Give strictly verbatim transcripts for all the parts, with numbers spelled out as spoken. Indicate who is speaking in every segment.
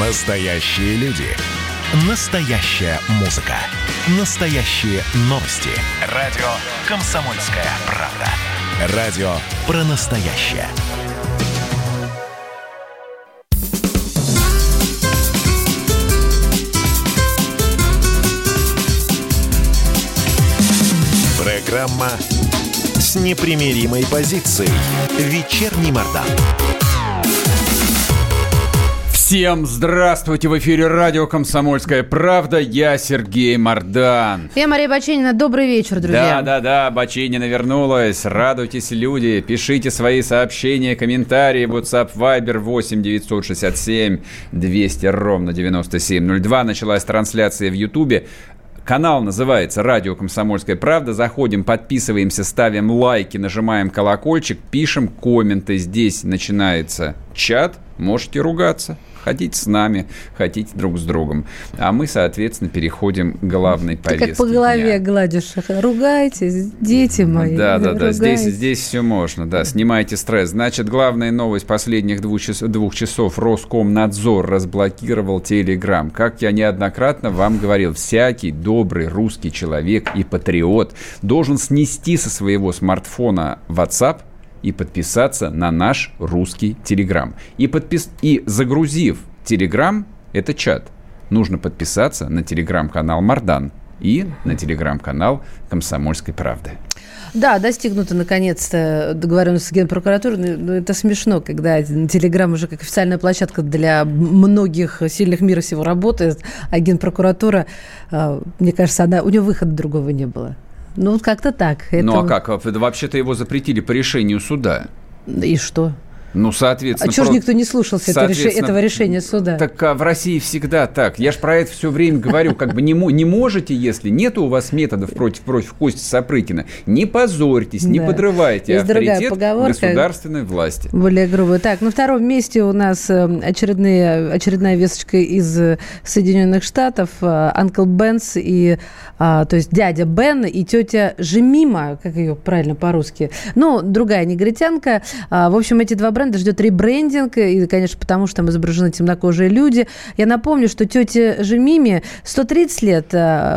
Speaker 1: Настоящие люди. Настоящая музыка. Настоящие новости. Радио «Комсомольская правда». Радио про настоящее. Программа с непримиримой позицией. Вечерний Мордан.
Speaker 2: Всем здравствуйте! В эфире радио «Комсомольская правда». Я Сергей Мордан.
Speaker 3: Я Мария Баченина. Добрый вечер, друзья.
Speaker 2: Да-да-да, Баченина вернулась. Радуйтесь, люди. Пишите свои сообщения, комментарии. WhatsApp, Viber восемь девятьсот шестьдесят семь двести ровно девяносто семь ноль два. Началась трансляция в Ютубе. Канал называется «Радио Комсомольская правда». Заходим, подписываемся, ставим лайки, нажимаем колокольчик, пишем комменты. Здесь начинается чат. Можете ругаться. Хотите с нами, хотите друг с другом. А мы, соответственно, переходим к главной повестке.
Speaker 3: Ты как по голове дня. Гладишь. Ругайтесь, дети мои.
Speaker 2: Да, да, да. Здесь, здесь все можно. Да, снимайте стресс. Значит, главная новость последних двух часов, двух часов. Роскомнадзор разблокировал Телеграм. Как я неоднократно вам говорил, всякий добрый русский человек и патриот должен снести со своего смартфона WhatsApp и подписаться на наш русский Телеграм. И, подпис... и загрузив Телеграм, это чат, нужно подписаться на Телеграм-канал Мордан и на Телеграм-канал «Комсомольской правды».
Speaker 3: Да, достигнута наконец-то договоренность с Генпрокуратурой. Но это смешно, когда Телеграм уже как официальная площадка для многих сильных мира сего работает, а Генпрокуратура, мне кажется, она... у нее выхода другого не было. Ну, вот как-то так. Это...
Speaker 2: Ну, а как? Вообще-то его запретили по решению суда.
Speaker 3: И что?
Speaker 2: Ну, соответственно...
Speaker 3: А чего же никто не слушался этого решения суда?
Speaker 2: Так а в России всегда так. Я же про это все время говорю. Как бы не, не можете, если нет у вас методов против, против Кости Сапрыкина, не позорьтесь, не да. подрывайте Есть авторитет государственной власти.
Speaker 3: Более грубо. Так, на втором месте у нас очередные, очередная весточка из Соединенных Штатов. Uncle Ben's и... А, то есть дядя Бен и тетя Жемима, как ее правильно по-русски. Ну, другая негритянка. А, в общем, эти два бренда ждет ребрендинг, и, конечно, потому что там изображены темнокожие люди. Я напомню, что тете Жемиме сто тридцать лет а,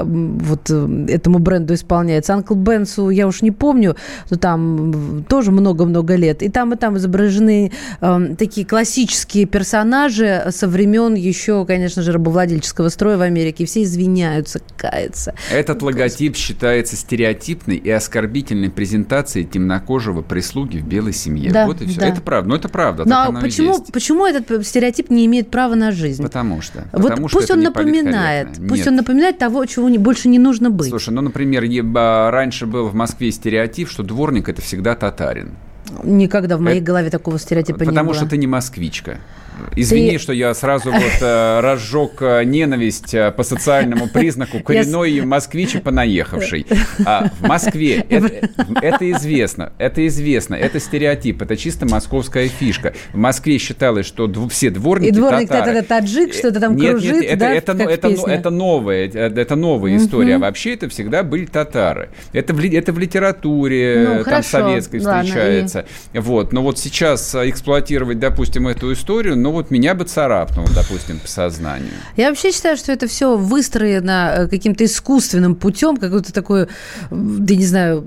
Speaker 3: вот этому бренду исполняется. Uncle Ben's, я уж не помню, но там тоже много-много лет. И там, и там изображены а, такие классические персонажи со времен еще, конечно же, рабовладельческого строя в Америке. И все извиняются, каются.
Speaker 2: Этот логотип считается стереотипной и оскорбительной презентацией темнокожего прислуги в белой семье.
Speaker 3: Да,
Speaker 2: вот и все.
Speaker 3: Да.
Speaker 2: Это правда. Ну, это правда.
Speaker 3: Но почему, почему этот стереотип не имеет права на жизнь?
Speaker 2: Потому что.
Speaker 3: Вот
Speaker 2: потому
Speaker 3: пусть
Speaker 2: что
Speaker 3: он напоминает. Пусть Нет. он напоминает того, чего не, больше не нужно быть.
Speaker 2: Слушай, ну, например, я, раньше был в Москве стереотип, что дворник – это всегда татарин.
Speaker 3: Никогда в моей это... голове такого стереотипа
Speaker 2: потому
Speaker 3: не было.
Speaker 2: Потому что ты не москвичка. Извини, ты... что я сразу вот э, разжег ненависть э, по социальному признаку коренной я... москвич и понаехавший. А в Москве это, это известно, это известно, это стереотип, это чисто московская фишка. В Москве считалось, что дв- все дворники
Speaker 3: и дворник
Speaker 2: татары.
Speaker 3: Это таджик, что-то там
Speaker 2: нет,
Speaker 3: кружит,
Speaker 2: нет,
Speaker 3: да,
Speaker 2: это,
Speaker 3: как
Speaker 2: это,
Speaker 3: песня.
Speaker 2: это новая, это новая uh-huh. история. А вообще это всегда были татары. Это в, это в литературе
Speaker 3: ну,
Speaker 2: там
Speaker 3: хорошо.
Speaker 2: советской
Speaker 3: Ладно,
Speaker 2: встречается. И... Вот. Но вот сейчас эксплуатировать, допустим, эту историю, ну вот меня бы царапнуло, допустим, по сознанию.
Speaker 3: Я вообще считаю, что это все выстроено каким-то искусственным путем, какой-то такой, я не знаю,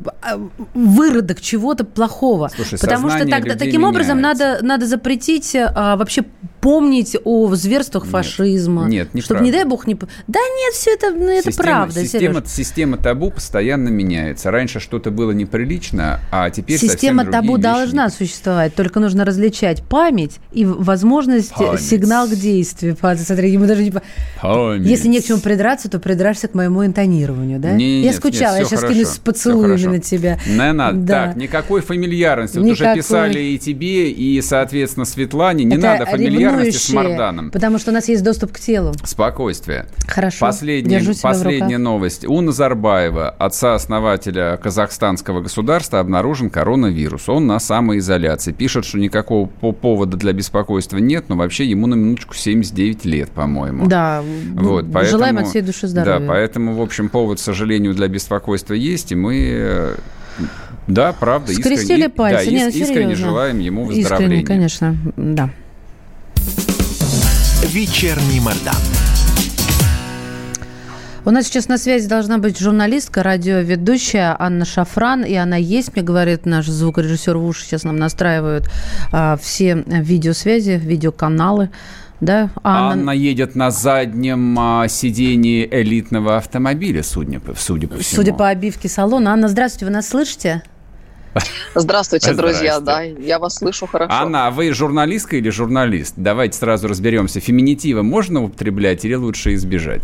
Speaker 3: выродок чего-то плохого.
Speaker 2: Слушай,
Speaker 3: потому что так, таким
Speaker 2: меняется.
Speaker 3: образом надо, надо запретить а, вообще помнить о зверствах фашизма.
Speaker 2: Нет, не
Speaker 3: чтобы,
Speaker 2: правда.
Speaker 3: не дай бог, не... Да нет, все это, ну, это
Speaker 2: система,
Speaker 3: правда,
Speaker 2: система, система табу постоянно меняется. Раньше что-то было неприлично, а теперь
Speaker 3: система
Speaker 2: совсем другие
Speaker 3: табу
Speaker 2: вещи.
Speaker 3: Должна существовать, только нужно различать память и возможность, память. Сигнал к действию. Смотри, мы даже не...
Speaker 2: Память.
Speaker 3: Если не к чему придраться, то придрашься к моему интонированию, да?
Speaker 2: Не,
Speaker 3: я
Speaker 2: нет,
Speaker 3: скучала,
Speaker 2: нет,
Speaker 3: я сейчас
Speaker 2: хорошо,
Speaker 3: кинусь с поцелуями на тебя.
Speaker 2: Не надо.
Speaker 3: Да.
Speaker 2: Так, никакой фамильярности. Вот
Speaker 3: никакой.
Speaker 2: Уже писали и тебе, и, соответственно, Светлане. Не
Speaker 3: это
Speaker 2: надо фамильярности с Морданом.
Speaker 3: Потому что у нас есть доступ к телу.
Speaker 2: Спокойствие.
Speaker 3: Хорошо.
Speaker 2: Последняя, последняя новость. У Назарбаева, отца-основателя казахстанского государства, обнаружен коронавирус. Он на самоизоляции. Пишет, что никакого повода для беспокойства нет, но вообще ему на минуточку семьдесят девять лет, по-моему.
Speaker 3: Да.
Speaker 2: Вот, поэтому,
Speaker 3: желаем от всей души здоровья.
Speaker 2: Да, поэтому, в общем, повод, к сожалению, для беспокойства есть, и мы... Да, правда,
Speaker 3: скрестили
Speaker 2: искренне,
Speaker 3: пальцы.
Speaker 2: Да,
Speaker 3: Нет,
Speaker 2: искренне желаем ему выздоровления.
Speaker 3: Искренне, конечно, да.
Speaker 1: «Вечерний Мордан».
Speaker 3: У нас сейчас на связи должна быть журналистка, радиоведущая Анна Шафран. И она есть, мне говорит наш звукорежиссер в уши. Сейчас нам настраивают а, все видеосвязи, видеоканалы. Да,
Speaker 2: Анна... Анна едет на заднем а, сидении элитного автомобиля, судя по, судя по всему.
Speaker 3: Судя по обивке салона. Анна, здравствуйте, вы нас слышите?
Speaker 4: Здравствуйте, друзья, да, я вас слышу хорошо.
Speaker 2: Анна, а вы журналистка или журналист? Давайте сразу разберемся. Феминитивы можно употреблять или лучше избежать?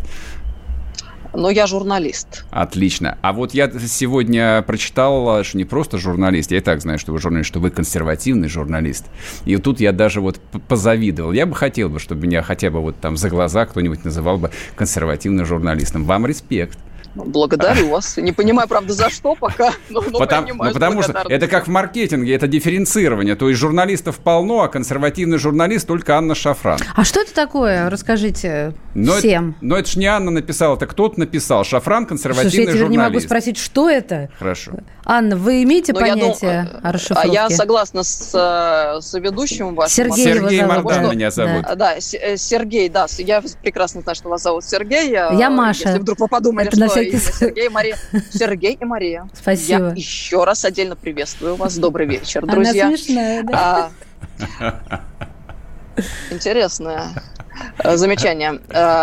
Speaker 4: Но я журналист.
Speaker 2: Отлично. А вот я сегодня прочитал, что не просто журналист, я и так знаю, что вы журналист, что вы консервативный журналист. И тут я даже вот позавидовал. Я бы хотел бы, чтобы меня хотя бы вот там за глаза кто-нибудь называл бы консервативным журналистом. Вам респект.
Speaker 4: Благодарю вас. Не понимаю, правда, за что пока, но, но
Speaker 2: потому,
Speaker 4: понимаю.
Speaker 2: Ну, потому что это как в маркетинге, это дифференцирование. То есть журналистов полно, а консервативный журналист только Анна Шафран.
Speaker 3: А что это такое? Расскажите
Speaker 2: но
Speaker 3: всем.
Speaker 2: Это, но это ж не Анна написала, это кто-то написал. Шафран консервативный
Speaker 3: Слушай, я теперь
Speaker 2: журналист.
Speaker 3: не могу спросить, что это?
Speaker 2: Хорошо.
Speaker 3: Анна, вы имеете
Speaker 4: но
Speaker 3: понятие
Speaker 4: дум...
Speaker 3: о расшифровке?
Speaker 4: Я согласна с, с ведущим вашим.
Speaker 3: Сергей,
Speaker 2: Сергей Мордан
Speaker 4: что...
Speaker 2: меня зовут.
Speaker 4: Да. да, Сергей, да. Я прекрасно знаю, что вас зовут Сергей.
Speaker 3: Я Маша.
Speaker 4: Если вдруг вы подумали,
Speaker 3: это
Speaker 4: что
Speaker 3: на всякий...
Speaker 4: Сергей, Мария. Сергей и Мария.
Speaker 3: Спасибо.
Speaker 4: Я еще раз отдельно приветствую вас. Добрый вечер, друзья.
Speaker 3: Она смешная, да?
Speaker 4: А... Интересное замечание.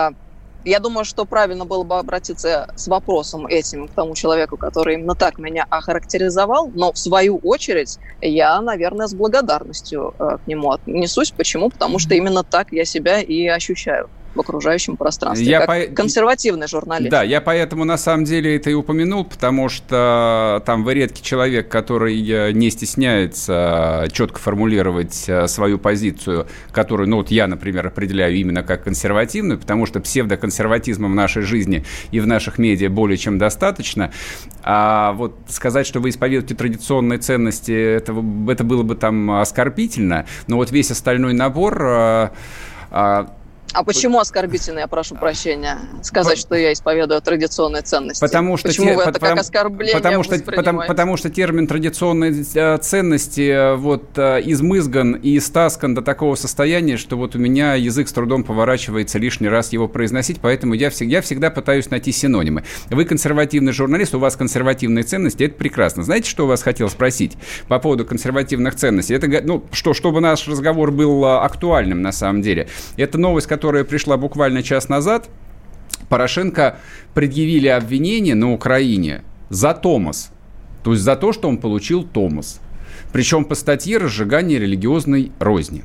Speaker 4: Я думаю, что правильно было бы обратиться с вопросом этим к тому человеку, который именно так меня охарактеризовал, но в свою очередь я, наверное, с благодарностью к нему отнесусь. Почему? Потому что именно так я себя и ощущаю в окружающем пространстве, я как по... консервативный журналист.
Speaker 2: Да, я поэтому на самом деле это и упомянул, потому что там вы редкий человек, который не стесняется четко формулировать свою позицию, которую, ну вот я, например, определяю именно как консервативную, потому что псевдоконсерватизма в нашей жизни и в наших медиа более чем достаточно. А вот сказать, что вы исповедуете традиционные ценности, это, это было бы там оскорбительно, но вот весь остальной набор... А, а,
Speaker 4: А почему оскорбительно, я прошу прощения, сказать, что я исповедую традиционные ценности?
Speaker 2: Потому что
Speaker 4: почему
Speaker 2: те,
Speaker 4: вы это
Speaker 2: потому,
Speaker 4: как оскорбление
Speaker 2: потому что, потому, потому что термин традиционные ценности вот измызган и истаскан до такого состояния, что вот у меня язык с трудом поворачивается лишний раз его произносить, поэтому я всегда, я всегда пытаюсь найти синонимы. Вы консервативный журналист, у вас консервативные ценности, это прекрасно. Знаете, что у вас хотел спросить по поводу консервативных ценностей? Это, ну, что, чтобы наш разговор был актуальным на самом деле. Это новость, которая пришла буквально час назад. Порошенко предъявили обвинение на Украине за томос. То есть за то, что он получил томос. Причем по статье «Разжигание религиозной розни».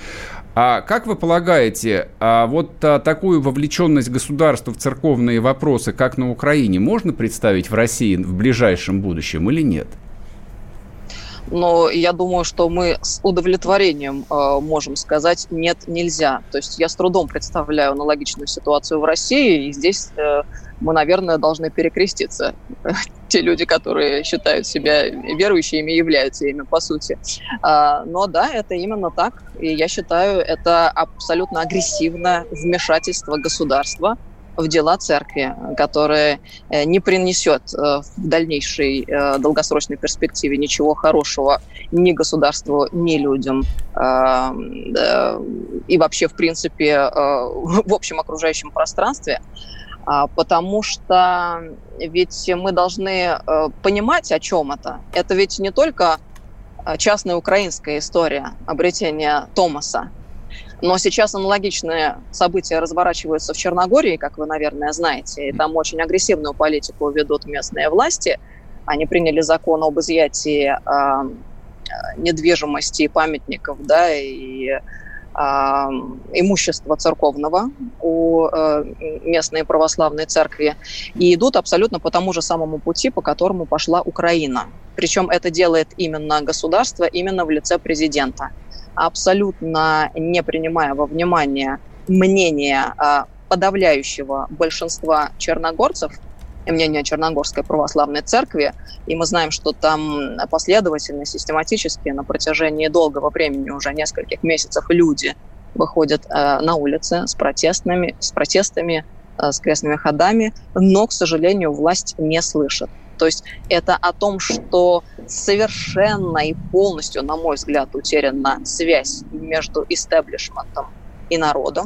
Speaker 2: А как вы полагаете, а вот а, такую вовлеченность государства в церковные вопросы, как на Украине, можно представить в России в ближайшем будущем или нет?
Speaker 4: Но я думаю, что мы с удовлетворением э, можем сказать «нет, нельзя». То есть я с трудом представляю аналогичную ситуацию в России, и здесь э, мы, наверное, должны перекреститься. Те люди, которые считают себя верующими, являются ими, по сути. А, но да, это именно так, и я считаю, это абсолютно агрессивное вмешательство государства в дела церкви, которое не принесет в дальнейшей долгосрочной перспективе ничего хорошего ни государству, ни людям. И вообще, в принципе, в общем окружающем пространстве. Потому что ведь мы должны понимать, о чем это. Это ведь не только частная украинская история обретения томоса. Но сейчас аналогичные события разворачиваются в Черногории, как вы, наверное, знаете. И там очень агрессивную политику ведут местные власти. Они приняли закон об изъятии э, недвижимости и памятников, да, и э, имущества церковного у э, местной православной церкви. И идут абсолютно по тому же самому пути, по которому пошла Украина. Причем это делает именно государство, именно в лице президента. Абсолютно не принимая во внимание мнение подавляющего большинства черногорцев, мнение Черногорской православной церкви, и мы знаем, что там последовательно, систематически на протяжении долгого времени, уже нескольких месяцев, люди выходят на улицы с протестными, с протестами, с крестными ходами, но, к сожалению, власть не слышит. То есть это о том, что совершенно и полностью, на мой взгляд, утеряна связь между истеблишментом и народом.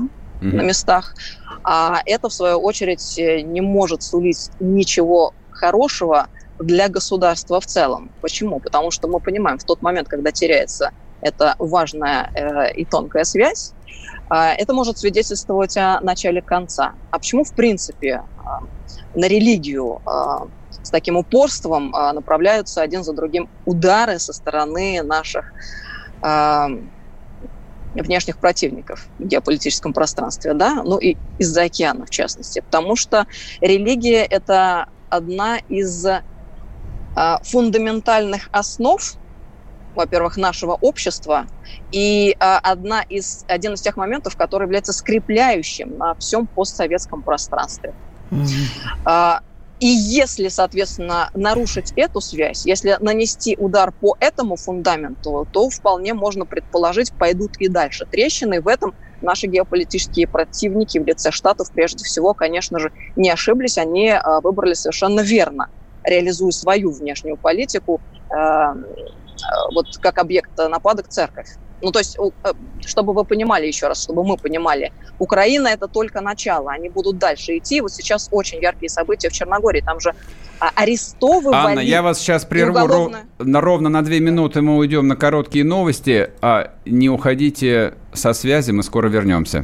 Speaker 4: на местах. А это, в свою очередь, не может сулить ничего хорошего для государства в целом. Почему? Потому что мы понимаем, в тот момент, когда теряется эта важная э, и тонкая связь, э, это может свидетельствовать о начале конца. А почему, в принципе, э, на религию э, с таким упорством э, направляются один за другим удары со стороны наших э, внешних противников в геополитическом пространстве, да, ну и из-за океана, в частности, потому что религия – это одна из а, фундаментальных основ, во-первых, нашего общества, и а, одна из, один из тех моментов, который является скрепляющим на всем постсоветском пространстве. Mm-hmm. А, И если, соответственно, нарушить эту связь, если нанести удар по этому фундаменту, то вполне можно предположить, пойдут и дальше трещины. В этом наши геополитические противники в лице Штатов, прежде всего, конечно же, не ошиблись. Они выбрали совершенно верно, реализуя свою внешнюю политику, вот как объект нападок церковь. Ну, то есть, чтобы вы понимали еще раз, чтобы мы понимали, Украина – это только начало, они будут дальше идти. Вот сейчас очень яркие события в Черногории, там же арестовывали...
Speaker 2: Анна, я вас сейчас прерву, уголовно... на, ровно на две минуты мы уйдем на короткие новости, а не уходите со связи, мы скоро вернемся.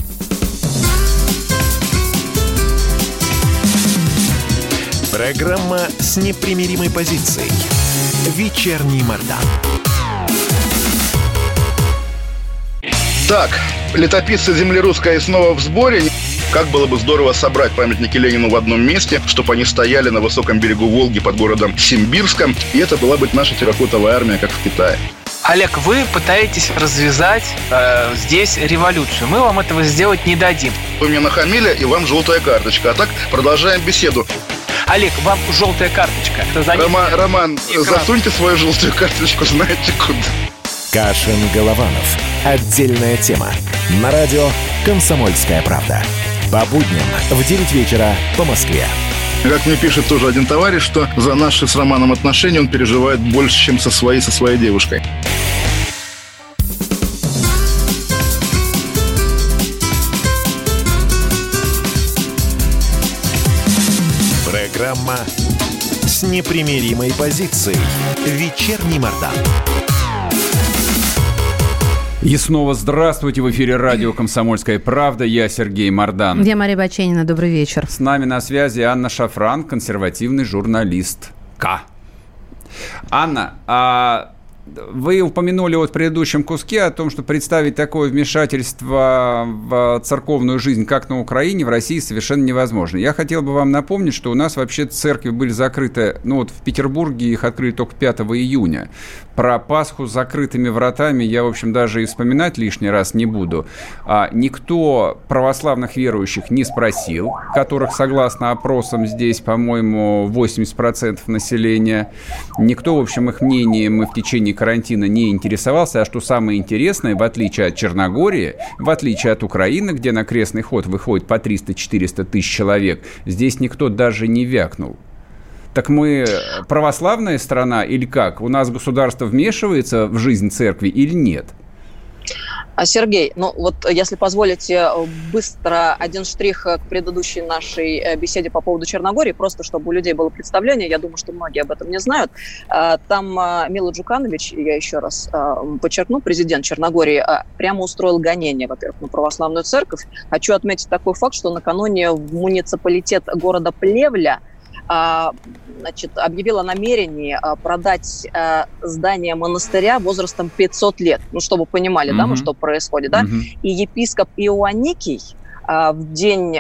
Speaker 1: Программа с непримиримой позицией. Вечерний Мардан.
Speaker 5: Так, летописцы земли русской снова в сборе. Как было бы здорово собрать памятники Ленину в одном месте, чтобы они стояли на высоком берегу Волги под городом Симбирском. И это была бы наша терракотовая армия, как в Китае.
Speaker 6: Олег, вы пытаетесь развязать э, здесь революцию. Мы вам этого сделать не дадим.
Speaker 5: Вы мне нахамили, и вам желтая карточка. А так продолжаем беседу.
Speaker 6: Олег, вам желтая карточка.
Speaker 5: Рома, Роман, экран. Засуньте свою желтую карточку, знаете куда.
Speaker 1: Кашин-Голованов. Отдельная тема. На радио «Комсомольская правда». По будням в девять вечера по Москве.
Speaker 5: Как мне пишет тоже один товарищ, что за наши с Романом отношения он переживает больше, чем со своей, со своей девушкой.
Speaker 1: Программа с непримиримой позицией. Вечерний Мардан.
Speaker 2: И снова здравствуйте. В эфире радио «Комсомольская правда». Я Сергей Мардан.
Speaker 3: Я Мария Баченина. Добрый вечер.
Speaker 2: С нами на связи Анна Шафран, консервативный журналистка. Анна, а вы упомянули вот в предыдущем куске о том, что представить такое вмешательство в церковную жизнь, как на Украине, в России совершенно невозможно. Я хотел бы вам напомнить, что у нас вообще церкви были закрыты, ну вот в Петербурге их открыли только пятого июня. Про Пасху с закрытыми вратами я, в общем, даже и вспоминать лишний раз не буду. А никто православных верующих не спросил, которых, согласно опросам, здесь, по-моему, восемьдесят процентов населения. Никто, в общем, их мнением мы в течение карантина не интересовался. А что самое интересное, в отличие от Черногории, в отличие от Украины, где на крестный ход выходит по триста-четыреста тысяч человек, здесь никто даже не вякнул. Так мы православная страна или как? У нас государство вмешивается в жизнь церкви или нет?
Speaker 4: Сергей, ну вот если позволите быстро один штрих к предыдущей нашей беседе по поводу Черногории, просто чтобы у людей было представление, я думаю, что многие об этом не знают. Там Мило Джуканович, я еще раз подчеркну, президент Черногории, прямо устроил гонение, во-первых, на православную церковь. Хочу отметить такой факт, что накануне в муниципалитет города Плевля значит, объявил о намерении продать здание монастыря возрастом пятьсот лет. Ну, чтобы понимали, mm-hmm. да, мы, что происходит, да? Mm-hmm. И епископ Иоанникий в день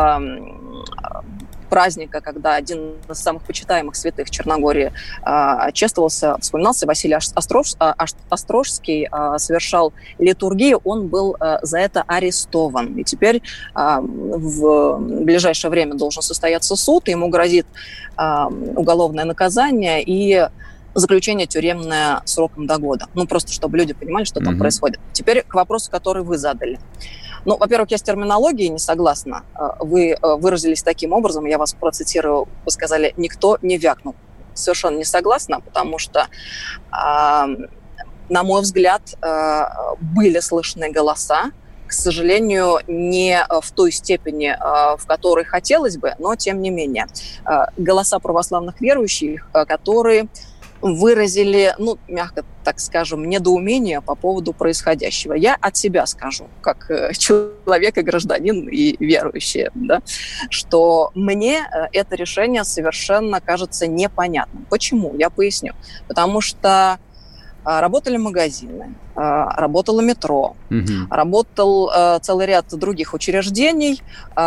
Speaker 4: праздника, когда один из самых почитаемых святых Черногории э, чествовался, вспоминался, Василий Острож, э, Острожский э, совершал литургию, он был э, за это арестован. И теперь э, в ближайшее время должен состояться суд, и ему грозит э, уголовное наказание и заключение тюремное сроком до года. Ну, просто чтобы люди понимали, что там mm-hmm. происходит. Теперь к вопросу, который вы задали. Ну, во-первых, я с терминологией не согласна. Вы выразились таким образом, я вас процитирую, вы сказали, никто не вякнул. Совершенно не согласна, потому что, на мой взгляд, были слышны голоса, к сожалению, не в той степени, в которой хотелось бы, но тем не менее. Голоса православных верующих, которые выразили, ну, мягко так скажем, недоумение по поводу происходящего. Я от себя скажу, как человек и гражданин и верующий, да, что мне это решение совершенно кажется непонятным. Почему? Я поясню. Потому что работали магазины, работало метро, угу. работал целый ряд других учреждений,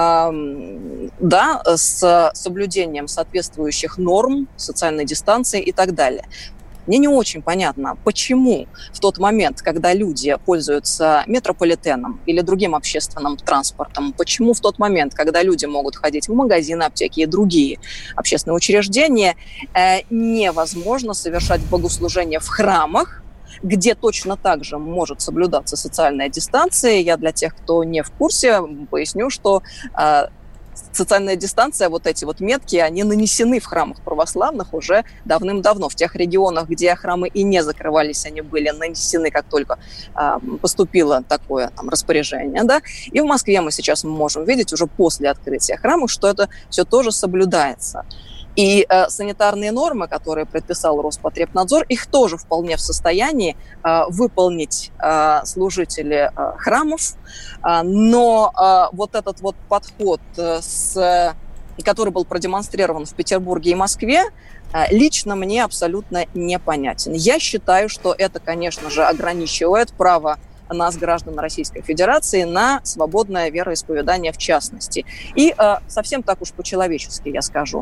Speaker 4: да, с соблюдением соответствующих норм, социальной дистанции и так далее. Мне не очень понятно, почему в тот момент, когда люди пользуются метрополитеном или другим общественным транспортом, почему в тот момент, когда люди могут ходить в магазины, аптеки и другие общественные учреждения, невозможно совершать богослужение в храмах, где точно так же может соблюдаться социальная дистанция. Я для тех, кто не в курсе, поясню, что социальная дистанция, вот эти вот метки, они нанесены в храмах православных уже давным-давно. В тех регионах, где храмы и не закрывались, они были нанесены, как только а, поступило такое там распоряжение. Да? И в Москве мы сейчас можем видеть уже после открытия храмов, что это все тоже соблюдается. И э, санитарные нормы, которые предписал Роспотребнадзор, их тоже вполне в состоянии э, выполнить э, служители э, храмов. Э, но э, вот этот вот подход, э, с, который был продемонстрирован в Петербурге и Москве, э, лично мне абсолютно непонятен. Я считаю, что это, конечно же, ограничивает право нас, граждан Российской Федерации, на свободное вероисповедание в частности. И э, совсем так уж по-человечески я скажу.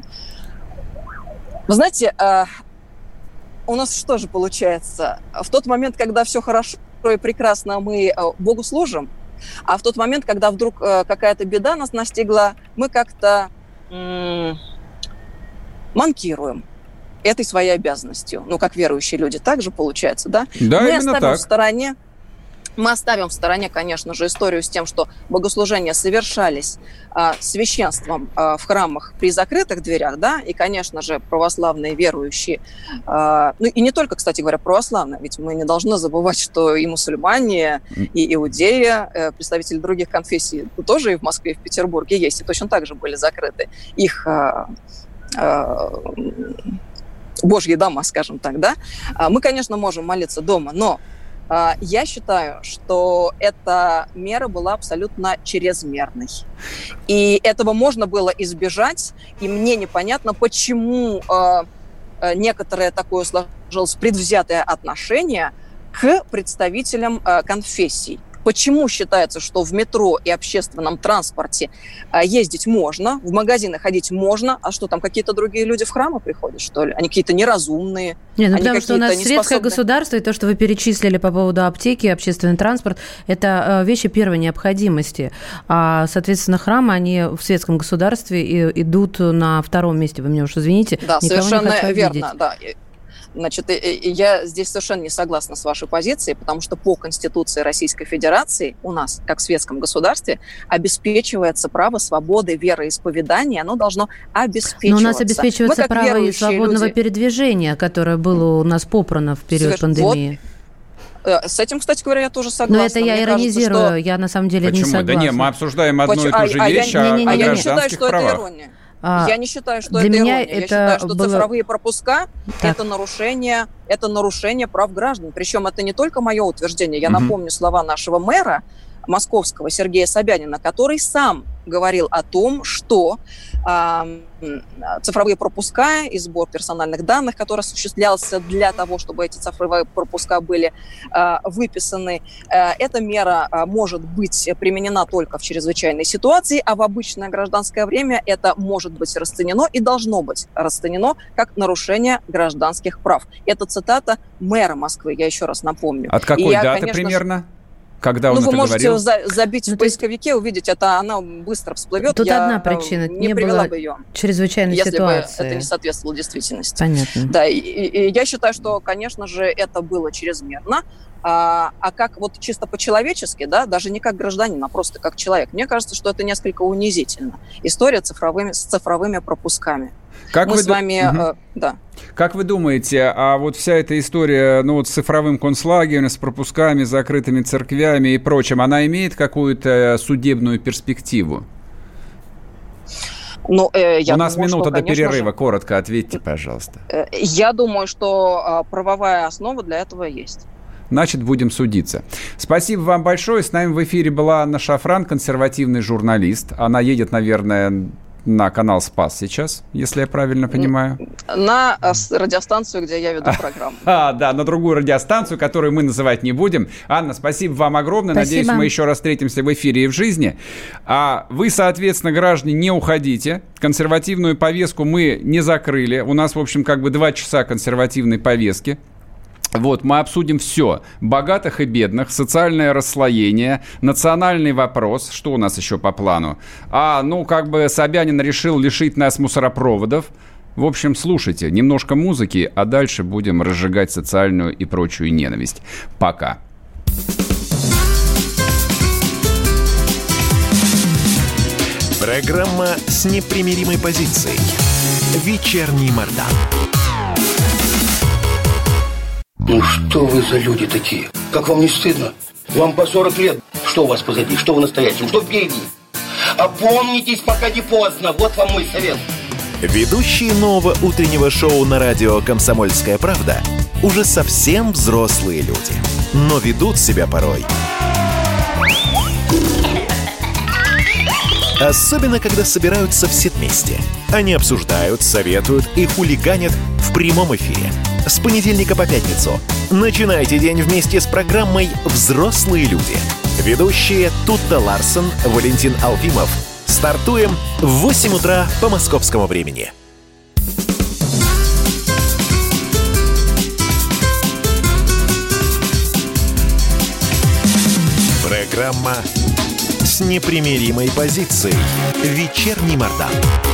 Speaker 4: Вы знаете, у нас что же получается? В тот момент, когда все хорошо и прекрасно, мы Богу служим, а в тот момент, когда вдруг какая-то беда нас настигла, мы как-то м- манкируем этой своей обязанностью. Ну, как верующие люди, так же получается, да?
Speaker 2: Да,
Speaker 4: мы
Speaker 2: именно
Speaker 4: оставим
Speaker 2: так.
Speaker 4: в стороне Мы оставим в стороне, конечно же, историю с тем, что богослужения совершались а, священством а, в храмах при закрытых дверях, да, и, конечно же, православные верующие, а, ну и не только, кстати говоря, православные, ведь мы не должны забывать, что и мусульмане, и иудеи, представители других конфессий тоже и в Москве, и в Петербурге есть, и точно так же были закрыты их а, а, божьи дома, скажем так, да. Мы, конечно, можем молиться дома, но я считаю, что эта мера была абсолютно чрезмерной. И этого можно было избежать. И мне непонятно, почему э, некоторое такое сложилось предвзятое отношение к представителям э, конфессий. Почему считается, что в метро и общественном транспорте а, ездить можно, в магазины ходить можно, а что там, какие-то другие люди в храмы приходят, что ли? Они какие-то неразумные.
Speaker 3: Нет, ну потому что у нас светское государство, и то, что вы перечислили по поводу аптеки, общественный транспорт, это вещи первой необходимости. А, соответственно, храмы, они в светском государстве и идут на втором месте. Вы меня уж извините.
Speaker 4: Да, совершенно верно, да. Значит, я здесь совершенно не согласна с вашей позицией, потому что по Конституции Российской Федерации у нас, как в светском государстве, обеспечивается право свободы вероисповедания, оно должно обеспечиваться. Но
Speaker 3: у нас обеспечивается Мы, право и свободного люди... передвижения, которое было у нас попрано в период Соверш... пандемии.
Speaker 4: Вот. С этим, кстати говоря, я тоже согласна.
Speaker 3: Но это я Мне иронизирую, кажется, что... я на самом деле
Speaker 2: Почему?
Speaker 3: не согласна.
Speaker 2: Да нет, мы обсуждаем одну
Speaker 4: Почему?
Speaker 2: и ту же
Speaker 4: а,
Speaker 2: вещь
Speaker 4: а
Speaker 2: о,
Speaker 4: не, не, не,
Speaker 2: о
Speaker 4: не,
Speaker 2: гражданских
Speaker 4: я не считаю, что
Speaker 2: правах.
Speaker 4: Это ирония.
Speaker 3: А,
Speaker 4: я не считаю, что
Speaker 3: для
Speaker 4: это
Speaker 3: меня
Speaker 4: ирония.
Speaker 3: Это
Speaker 4: я считаю, что
Speaker 3: было...
Speaker 4: цифровые пропуска – это нарушение, это нарушение прав граждан. Причем это не только мое утверждение. Я угу. напомню слова нашего мэра московского Сергея Собянина, который сам говорил о том, что э, цифровые пропуска и сбор персональных данных, который осуществлялся для того, чтобы эти цифровые пропуска были э, выписаны, э, эта мера э, может быть применена только в чрезвычайной ситуации, а в обычное гражданское время это может быть расценено и должно быть расценено как нарушение гражданских прав. Это цитата мэра Москвы, я еще раз напомню.
Speaker 2: От какой
Speaker 4: я,
Speaker 2: даты
Speaker 4: конечно,
Speaker 2: примерно? Когда он
Speaker 4: ну,
Speaker 2: это
Speaker 4: вы можете
Speaker 2: говорил?
Speaker 4: За, забить
Speaker 3: ну,
Speaker 4: в поисковике, есть... увидеть, это она быстро всплывет.
Speaker 3: Тут
Speaker 4: я
Speaker 3: одна причина.
Speaker 4: не,
Speaker 3: не
Speaker 4: привела
Speaker 3: было
Speaker 4: бы ее,
Speaker 3: чрезвычайной
Speaker 4: если
Speaker 3: ситуации.
Speaker 4: бы это не соответствовало действительности.
Speaker 3: Понятно.
Speaker 4: Да, и, и, и я считаю, что, конечно же, это было чрезмерно. А, а как вот чисто по-человечески, да, даже не как гражданин, а просто как человек, мне кажется, что это несколько унизительно. История цифровыми, с цифровыми пропусками.
Speaker 2: Как
Speaker 4: Мы
Speaker 2: вы
Speaker 4: с вами...
Speaker 2: угу.
Speaker 4: э, да.
Speaker 2: Как вы думаете, а вот вся эта история, ну вот с цифровым концлагерем, с пропусками, закрытыми церквями и прочим, она имеет какую-то судебную перспективу?
Speaker 4: Ну, э, я
Speaker 2: У нас
Speaker 4: думаю,
Speaker 2: минута
Speaker 4: что,
Speaker 2: до перерыва.
Speaker 4: же,
Speaker 2: Коротко ответьте, пожалуйста.
Speaker 4: Э, я думаю, что э, правовая основа для этого есть.
Speaker 2: Значит, будем судиться. Спасибо вам большое. С нами в эфире была Анна Шафран, консервативный журналист. Она едет, наверное, на канал «Спас» сейчас, если я правильно понимаю.
Speaker 4: На радиостанцию, где я веду программу.
Speaker 2: А, да, на другую радиостанцию, которую мы называть не будем. Анна, спасибо вам огромное.
Speaker 3: Спасибо.
Speaker 2: Надеюсь, мы еще раз встретимся в эфире и в жизни. А вы, соответственно, граждане, не уходите. Консервативную повестку мы не закрыли. У нас, в общем, как бы два часа консервативной повестки. Вот, мы обсудим все. Богатых и бедных, социальное расслоение, национальный вопрос. Что у нас еще по плану? А, ну, как бы Собянин решил лишить нас мусоропроводов. В общем, слушайте, немножко музыки, а дальше будем разжигать социальную и прочую ненависть. Пока.
Speaker 1: Программа с непримиримой позицией. Вечерний Мордан.
Speaker 7: Ну что вы за люди такие? Как вам не стыдно? Вам по сорок лет. Что у вас позади? Что в настоящем? Что впереди? Опомнитесь, пока не поздно. Вот вам мой совет.
Speaker 1: Ведущие нового утреннего шоу на радио «Комсомольская правда» уже совсем взрослые люди. Но ведут себя порой. Особенно, когда собираются все вместе. Они обсуждают, советуют и хулиганят в прямом эфире. С понедельника по пятницу. Начинайте день вместе с программой «Взрослые люди». Ведущие Тутта Ларсон, Валентин Алфимов. Стартуем в восемь утра по московскому времени. Программа с непримиримой позицией. Вечерний Мордан.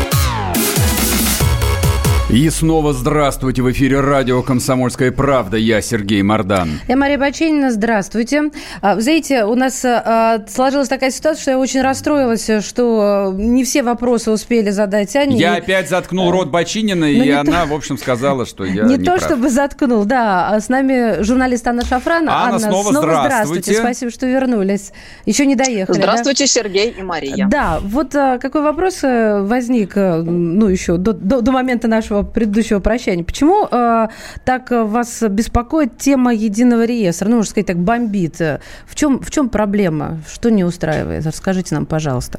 Speaker 2: И снова здравствуйте. В эфире радио «Комсомольская правда». Я Сергей Мордан.
Speaker 3: Я Мария Баченина. Здравствуйте. Вы знаете, у нас сложилась такая ситуация, что я очень расстроилась, что не все вопросы успели задать Ане.
Speaker 2: Я опять заткнул рот Бачининой, и она, в общем, сказала, что я
Speaker 3: не
Speaker 2: не
Speaker 3: то,
Speaker 2: прав.
Speaker 3: чтобы заткнул, да. С нами журналист Анна Шафран.
Speaker 2: Анна,
Speaker 3: Анна,
Speaker 2: снова,
Speaker 3: снова здравствуйте.
Speaker 2: здравствуйте.
Speaker 3: Спасибо, что вернулись. Еще не доехали.
Speaker 4: Здравствуйте,
Speaker 3: да?
Speaker 4: Сергей и Мария.
Speaker 3: Да, вот какой вопрос возник, ну, еще до, до, до момента нашего предыдущего прощания. Почему э, так вас беспокоит тема единого реестра? Ну, можно сказать, так бомбит. В чем, в чем проблема? Что не устраивает? Расскажите нам, пожалуйста.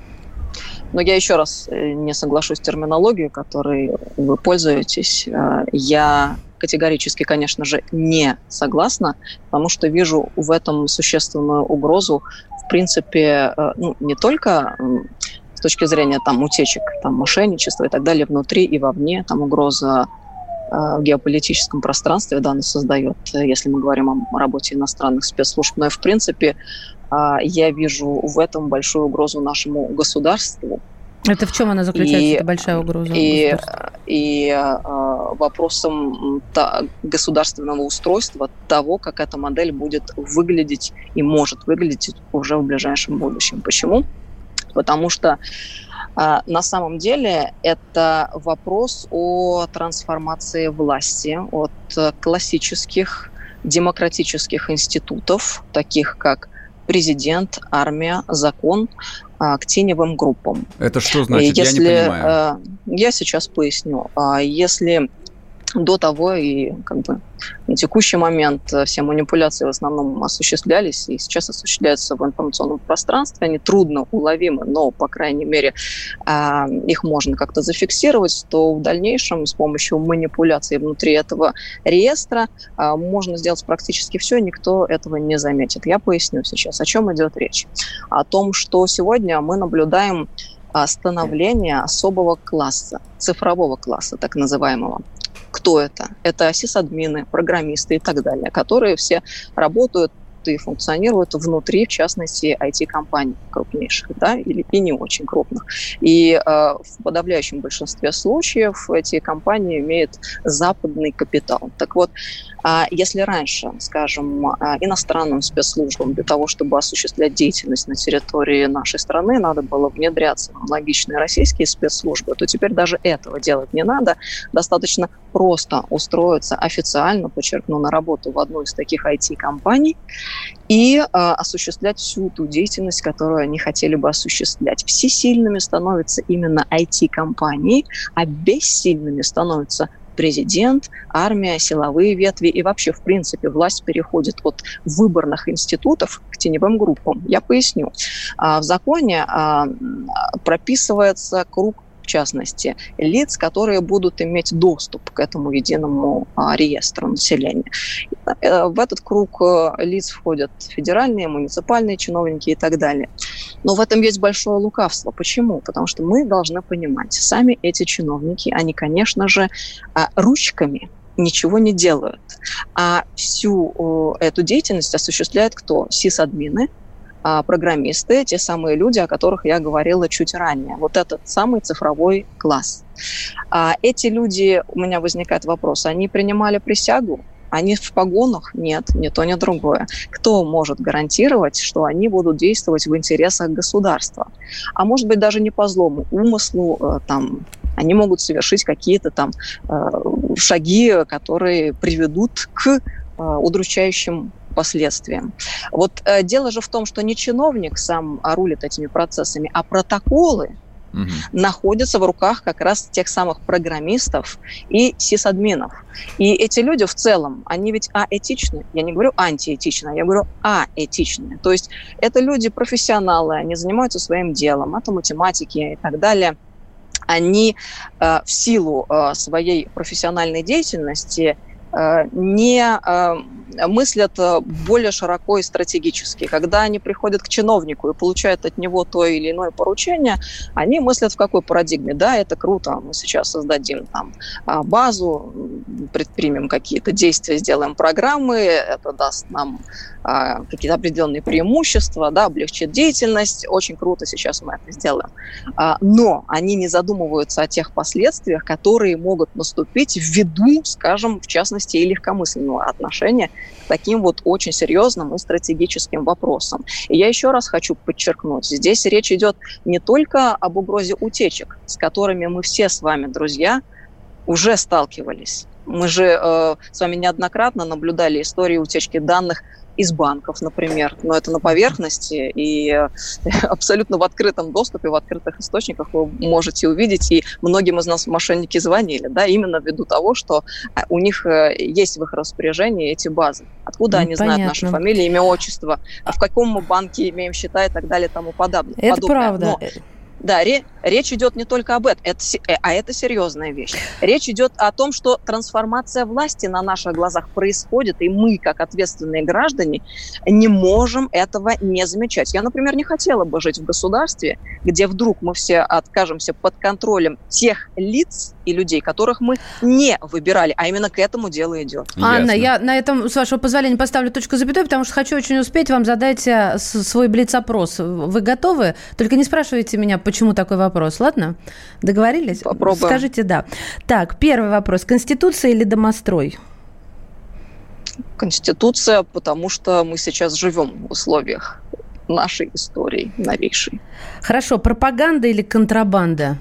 Speaker 4: Но я еще раз не соглашусь с терминологией, которой вы пользуетесь. Я категорически, конечно же, не согласна, потому что вижу в этом существенную угрозу, в принципе, ну, не только с точки зрения там, утечек, там, мошенничества и так далее внутри и вовне, там угроза э, в геополитическом пространстве да, она создает, если мы говорим о работе иностранных спецслужб. Но и в принципе э, я вижу в этом большую угрозу нашему государству. Это
Speaker 3: в чем она заключается, и, эта большая угроза?
Speaker 4: И, и э, вопросом та, государственного устройства, того, как эта модель будет выглядеть и может выглядеть уже в ближайшем будущем. Почему? Потому что э, на самом деле это вопрос о трансформации власти от классических демократических институтов, таких как президент, армия, закон, э, к теневым группам.
Speaker 2: Это что значит?
Speaker 4: Если,
Speaker 2: я не понимаю.
Speaker 4: Э, я сейчас поясню. Если до того и как бы на текущий момент все манипуляции в основном осуществлялись и сейчас осуществляются в информационном пространстве. Они трудно уловимы, но, по крайней мере, их можно как-то зафиксировать, то в дальнейшем с помощью манипуляций внутри этого реестра можно сделать практически все, и никто этого не заметит. Я поясню сейчас, о чем идет речь. О том, что сегодня мы наблюдаем становление особого класса, цифрового класса, так называемого. Кто это? Это сисадмины, программисты и так далее, которые все работают и функционируют внутри, в частности, ай ти-компаний крупнейших, да, или и не очень крупных. И э, в подавляющем большинстве случаев эти компании имеют западный капитал. Так вот, э, если раньше, скажем, э, иностранным спецслужбам для того, чтобы осуществлять деятельность на территории нашей страны, надо было внедряться в аналогичные российские спецслужбы, то теперь даже этого делать не надо. Достаточно просто устроиться официально, подчеркну, на работу в одну из таких ай ти-компаний и э, осуществлять всю ту деятельность, которую они хотели бы осуществлять. Всесильными становятся именно ай ти-компании, а бессильными становятся президент, армия, силовые ветви и вообще, в принципе, власть переходит от выборных институтов к теневым группам. Я поясню. В законе прописывается круг, в частности, лиц, которые будут иметь доступ к этому единому а, реестру населения. В этот круг лиц входят федеральные, муниципальные чиновники и так далее. Но в этом есть большое лукавство. Почему? Потому что мы должны понимать, сами эти чиновники, они, конечно же, ручками ничего не делают. А всю эту деятельность осуществляют кто? Сисадмины, программисты, те самые люди, о которых я говорила чуть ранее. Вот этот самый цифровой класс. А эти люди, у меня возникает вопрос, они принимали присягу? Они в погонах? Нет, ни то, ни другое. Кто может гарантировать, что они будут действовать в интересах государства? А может быть, даже не по злому умыслу, там, они могут совершить какие-то там шаги, которые приведут к удручающим последствиям. Вот э, дело же в том, что не чиновник сам рулит этими процессами, а протоколы угу. находятся в руках как раз тех самых программистов и сисадминов. И эти люди в целом, они ведь аэтичны. Я не говорю антиэтичны, я говорю аэтичные. То есть это люди профессионалы, они занимаются своим делом, это математики и так далее. Они э, в силу э, своей профессиональной деятельности не мыслят более широко и стратегически. Когда они приходят к чиновнику и получают от него то или иное поручение, они мыслят в какой парадигме? Да, это круто, мы сейчас создадим там базу, предпримем какие-то действия, сделаем программы, это даст нам какие-то определенные преимущества, да, облегчит деятельность, очень круто, сейчас мы это сделаем. Но они не задумываются о тех последствиях, которые могут наступить ввиду, скажем, в частности, и легкомысленного отношения к таким вот очень серьезным и стратегическим вопросам. И я еще раз хочу подчеркнуть, здесь речь идет не только об угрозе утечек, с которыми мы все с вами, друзья, уже сталкивались. Мы же э, с вами неоднократно наблюдали истории утечки данных из банков, например. Но это на поверхности и абсолютно в открытом доступе, в открытых источниках вы можете увидеть. И многим из нас мошенники звонили, да, именно ввиду того, что у них есть в их распоряжении эти базы. Откуда ну, они понятно. Знают наши фамилии, имя, отчество, в каком мы банке имеем счета и так далее и тому подобное.
Speaker 3: Это правда.
Speaker 4: Но, да, ре, речь идет не только об этом, это, а это серьезная вещь. Речь идет о том, что трансформация власти на наших глазах происходит, и мы, как ответственные граждане, не можем этого не замечать. Я, например, не хотела бы жить в государстве, где вдруг мы все откажемся под контролем тех лиц и людей, которых мы не выбирали, а именно к этому дело идет.
Speaker 3: Анна, я на этом, с вашего позволения, поставлю точку запятой, потому что хочу очень успеть вам задать свой блиц-опрос. Вы готовы? Только не спрашивайте меня, почему такой вопрос, ладно? Договорились?
Speaker 4: Попробуем.
Speaker 3: Скажите «да». Так, первый вопрос. Конституция или домострой?
Speaker 4: Конституция, потому что мы сейчас живем в условиях нашей истории новейшей.
Speaker 3: Хорошо. Пропаганда или контрабанда?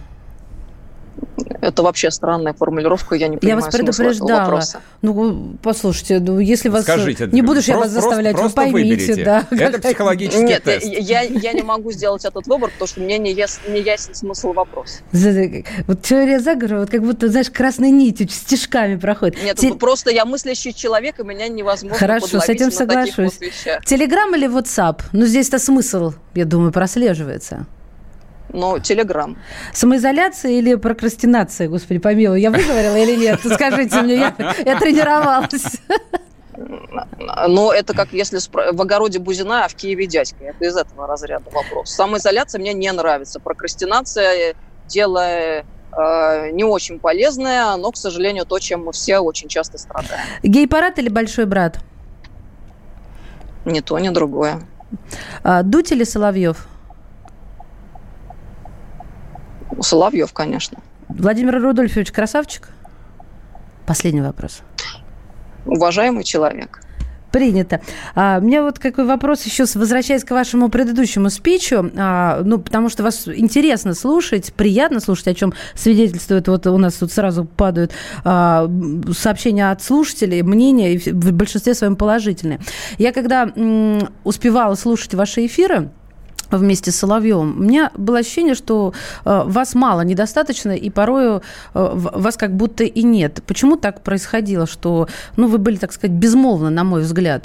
Speaker 4: Это вообще странная формулировка, я не понимаю
Speaker 3: смысла этого вопроса. Я вас предупреждала. Ну, послушайте, ну, если вас...
Speaker 2: Скажите,
Speaker 3: не буду
Speaker 2: я
Speaker 3: вас заставлять,
Speaker 2: просто,
Speaker 3: вы поймите. Да.
Speaker 2: Это психологический
Speaker 4: Нет,
Speaker 2: тест.
Speaker 4: Нет, я, я не могу сделать этот выбор, потому что мне не, яс, не ясен смысл вопроса.
Speaker 3: Вот теория заговора, вот как будто, знаешь, красной нитью, стежками проходит.
Speaker 4: Нет, Те... просто я мыслящий человек, и меня невозможно
Speaker 3: Хорошо, с этим соглашусь. Телеграм или WhatsApp? Ну, здесь-то смысл, я думаю, прослеживается.
Speaker 4: Ну, Телеграм.
Speaker 3: Самоизоляция или прокрастинация, господи помилуй, я выговорила или нет? Скажите мне, я, я тренировалась.
Speaker 4: Ну, это как если в огороде бузина, а в Киеве дядька. Это из этого разряда вопрос. Самоизоляция мне не нравится. Прокрастинация – дело э, не очень полезное, но, к сожалению, то, чем мы все очень часто страдаем.
Speaker 3: Гей-парад или большой брат?
Speaker 4: Ни то, ни другое.
Speaker 3: А, Дудь или Соловьев?
Speaker 4: Соловьев, конечно.
Speaker 3: Владимир Рудольфович красавчик? Последний вопрос.
Speaker 4: Уважаемый человек.
Speaker 3: Принято. А, у меня вот какой вопрос еще, возвращаясь к вашему предыдущему спичу, а, ну, потому что вас интересно слушать, приятно слушать, о чем свидетельствует, вот у нас тут сразу падают а, сообщения от слушателей, мнения, и в большинстве своем положительные. Я когда м, успевала слушать ваши эфиры вместе с Соловьевым, у меня было ощущение, что э, вас мало, недостаточно, и порою э, вас как будто и нет. Почему так происходило, что ну, вы были, так сказать, безмолвны, на мой взгляд?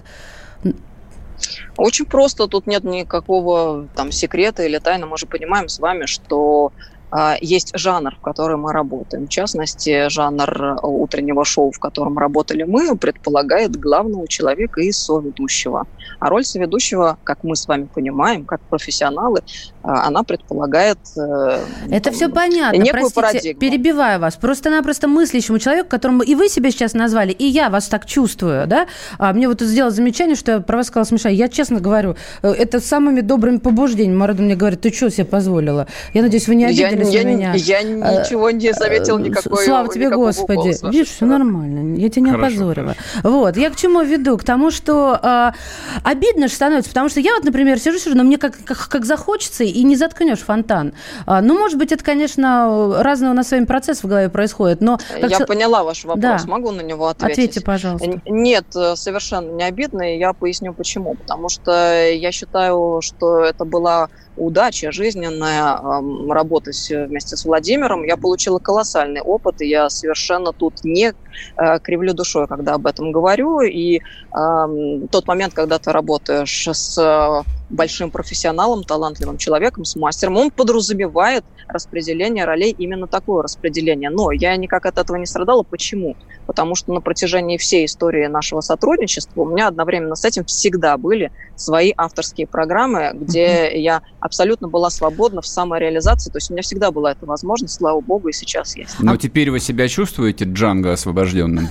Speaker 4: Очень просто, тут нет никакого там секрета или тайны. Мы же понимаем с вами, что э, есть жанр, в котором мы работаем. В частности, жанр утреннего шоу, в котором работали мы, предполагает главного человека и соведущего. А роль соведущего, как мы с вами понимаем, как профессионалы, она предполагает...
Speaker 3: Это
Speaker 4: там,
Speaker 3: все понятно,
Speaker 4: некую
Speaker 3: простите,
Speaker 4: парадигму.
Speaker 3: Перебиваю вас. Просто-напросто мыслящему человеку, которому и вы себя сейчас назвали, и я вас так чувствую, да? А мне вот сделал замечание, что я про вас сказала смешно. Я честно говорю, это с самыми добрыми побуждениями. Марада мне говорит, ты что себе позволила? Я надеюсь, вы не обиделись
Speaker 4: я,
Speaker 3: на
Speaker 4: я,
Speaker 3: меня.
Speaker 4: Я ничего не заметил, никакой.
Speaker 3: Слава тебе, Господи. Видишь, все нормально. Я тебя не хорошо, опозорила. Хорошо. Вот. Я к чему веду? К тому, что э, обидно же становится, потому что я вот, например, сижу-сижу, но мне как, как, как захочется, и не заткнешь фонтан. А, ну, может быть, это, конечно, разные у нас с вами процессы в голове происходят, но...
Speaker 4: Я
Speaker 3: чел...
Speaker 4: поняла ваш вопрос,
Speaker 3: да.
Speaker 4: Могу на него ответить?
Speaker 3: Ответьте, пожалуйста.
Speaker 4: Нет, совершенно не обидно, и я поясню, почему. Потому что я считаю, что это была удача жизненная, э, работать вместе с Владимиром. Я получила колоссальный опыт, и я совершенно тут не э, кривлю душой, когда об этом говорю. И э, тот момент, когда ты работаешь с э, большим профессионалом, талантливым человеком, с мастером, он подразумевает распределение ролей, именно такое распределение. Но я никак от этого не страдала. Почему? Потому что на протяжении всей истории нашего сотрудничества у меня одновременно с этим всегда были свои авторские программы, где mm-hmm. я абсолютно была свободна в самореализации. То есть у меня всегда была эта возможность, слава богу, и сейчас есть.
Speaker 2: Но теперь вы себя чувствуете Джанго освобожденным?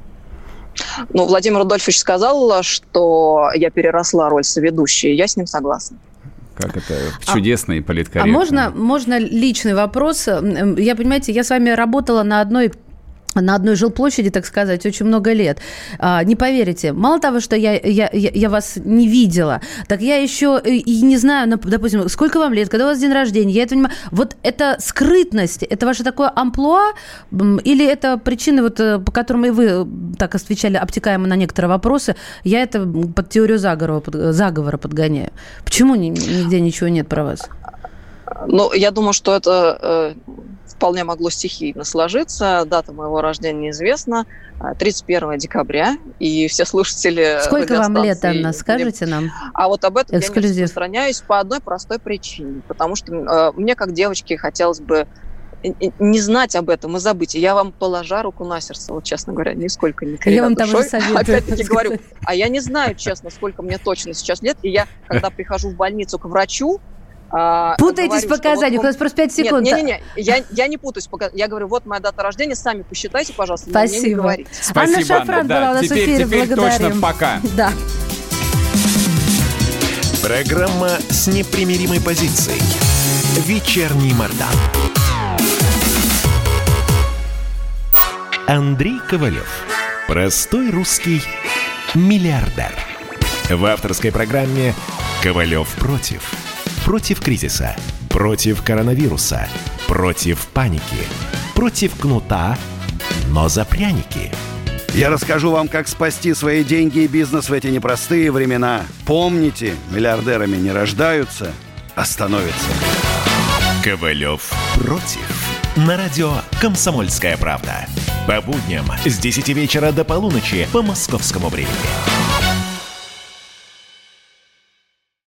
Speaker 4: Ну, Владимир Рудольфович сказал, что я переросла роль соведущей. Я с ним согласна.
Speaker 2: Как это чудесно а, и политкорректно.
Speaker 3: А можно, можно личный вопрос? Я, понимаете, я с вами работала на одной... на одной жилплощади, так сказать, очень много лет. А, не поверите, мало того, что я, я, я вас не видела, так я еще и, и не знаю, допустим, сколько вам лет, когда у вас день рождения, я это не... Вот это скрытность, это ваше такое амплуа, или это причины, вот, по которым и вы так отвечали обтекаемо на некоторые вопросы, я это под теорию заговора, под, заговора подгоняю. Почему нигде ничего нет про вас?
Speaker 4: Ну, я думаю, что это... вполне могло стихийно сложиться. Дата моего рождения неизвестна. тридцать первого декабря. И все слушатели...
Speaker 3: Сколько вам лет, Анна? Скажите нам.
Speaker 4: А вот об этом
Speaker 3: Эксклюзив.
Speaker 4: Я не распространяюсь по одной простой причине. Потому что э, мне, как девочке, хотелось бы не знать об этом и забыть. И я вам, положа руку на сердце, вот, честно говоря, нисколько не кривя
Speaker 3: Я вам
Speaker 4: душой,
Speaker 3: там же советую.
Speaker 4: Опять-таки говорю, а я не знаю, честно, сколько мне точно сейчас лет. И я, когда прихожу в больницу к врачу,
Speaker 3: Путаетесь в показаниях, вот, у нас просто пять секунд.
Speaker 4: Нет, не-не-не, я, я не путаюсь. Я говорю, вот моя дата рождения, сами посчитайте, пожалуйста.
Speaker 3: Спасибо.
Speaker 4: Мне не говорите.
Speaker 2: Спасибо,
Speaker 3: Анна Шафран
Speaker 2: Анна,
Speaker 3: была
Speaker 2: да.
Speaker 3: у нас
Speaker 2: теперь,
Speaker 3: в эфире,
Speaker 2: теперь
Speaker 3: благодарим.
Speaker 2: точно пока.
Speaker 3: Да.
Speaker 1: Программа с непримиримой позицией. Вечерний Мордан. Андрей Ковалев. Простой русский миллиардер. В авторской программе «Ковалев против». Против кризиса, против коронавируса, против паники, против кнута, но за пряники.
Speaker 8: Я расскажу вам, как спасти свои деньги и бизнес в эти непростые времена. Помните, миллиардерами не рождаются, а становятся.
Speaker 1: Ковалев против. На радио «Комсомольская правда». По будням с десяти вечера до полуночи по московскому времени.